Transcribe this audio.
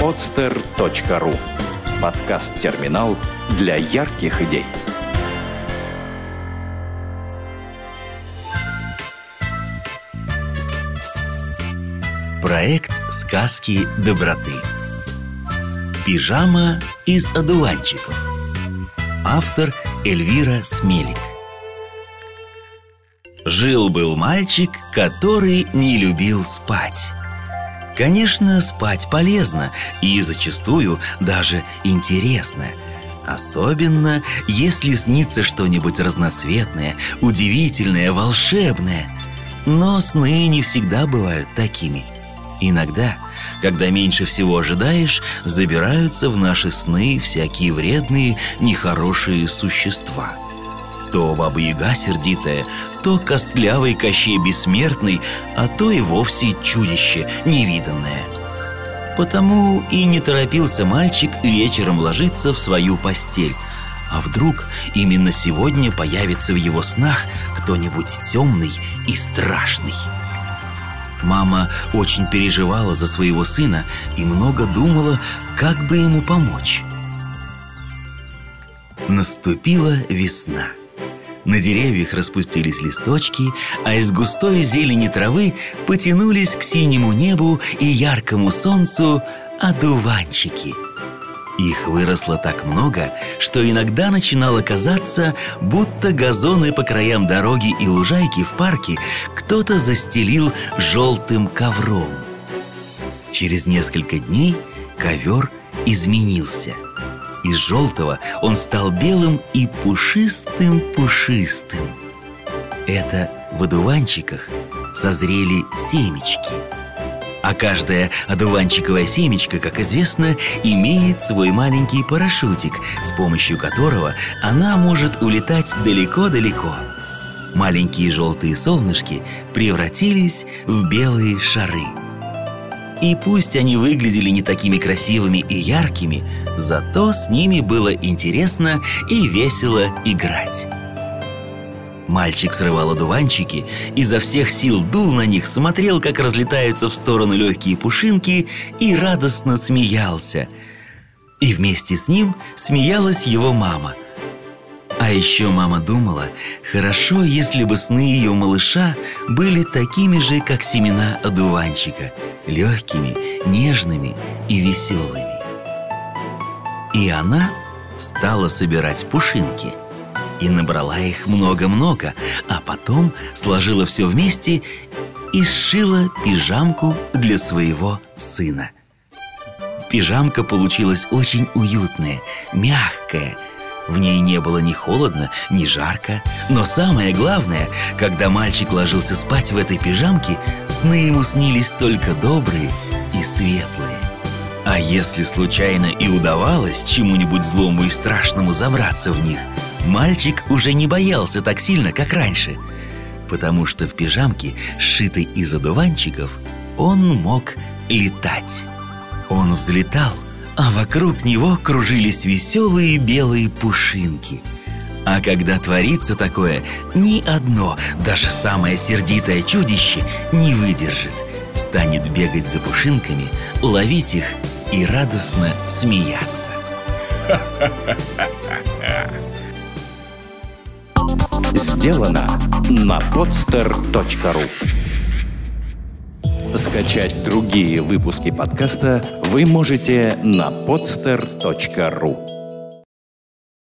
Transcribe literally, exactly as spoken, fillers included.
подстер точка ру. Подкаст-терминал для ярких идей. Проект «Сказки доброты». Пижама из одуванчиков. Автор Эльвира Смелик. Жил-был мальчик, который не любил спать. Конечно, спать полезно и зачастую даже интересно. Особенно, если снится что-нибудь разноцветное, удивительное, волшебное. Но сны не всегда бывают такими. Иногда, когда меньше всего ожидаешь, забираются в наши сны всякие вредные, нехорошие существа. То Баба-Яга сердитая, то костлявый Кощей Бессмертный, а то и вовсе чудище невиданное. Потому и не торопился мальчик вечером ложиться в свою постель. А вдруг именно сегодня появится в его снах кто-нибудь темный и страшный? Мама очень переживала за своего сына и много думала, как бы ему помочь. Наступила весна. На деревьях распустились листочки, а из густой зелени травы потянулись к синему небу и яркому солнцу одуванчики. Их выросло так много, что иногда начинало казаться, будто газоны по краям дороги и лужайки в парке кто-то застелил желтым ковром. Через несколько дней ковер изменился. Из желтого он стал белым и пушистым-пушистым. Это в одуванчиках созрели семечки. А каждая одуванчиковая семечко, как известно, имеет свой маленький парашютик, с помощью которого она может улетать далеко-далеко. Маленькие желтые солнышки превратились в белые шары. И пусть они выглядели не такими красивыми и яркими, зато с ними было интересно и весело играть. Мальчик срывал одуванчики, изо всех сил дул на них, смотрел, как разлетаются в сторону легкие пушинки, и радостно смеялся. И вместе с ним смеялась его мама. А еще мама думала, хорошо, если бы сны ее малыша были такими же, как семена одуванчика, легкими, нежными и веселыми. И она стала собирать пушинки. И набрала их много-много, а потом сложила все вместе и сшила пижамку для своего сына. Пижамка получилась очень уютная, мягкая. В ней не было ни холодно, ни жарко. Но самое главное, когда мальчик ложился спать в этой пижамке, сны ему снились только добрые и светлые. А если случайно и удавалось чему-нибудь злому и страшному забраться в них, мальчик уже не боялся так сильно, как раньше, потому что в пижамке, сшитой из одуванчиков, он мог летать. Он взлетал, а вокруг него кружились веселые белые пушинки. А когда творится такое, ни одно, даже самое сердитое чудище не выдержит. Станет бегать за пушинками, ловить их и радостно смеяться. Сделано на подстер точка ру. Скачать другие выпуски подкаста вы можете на подстер точка ру.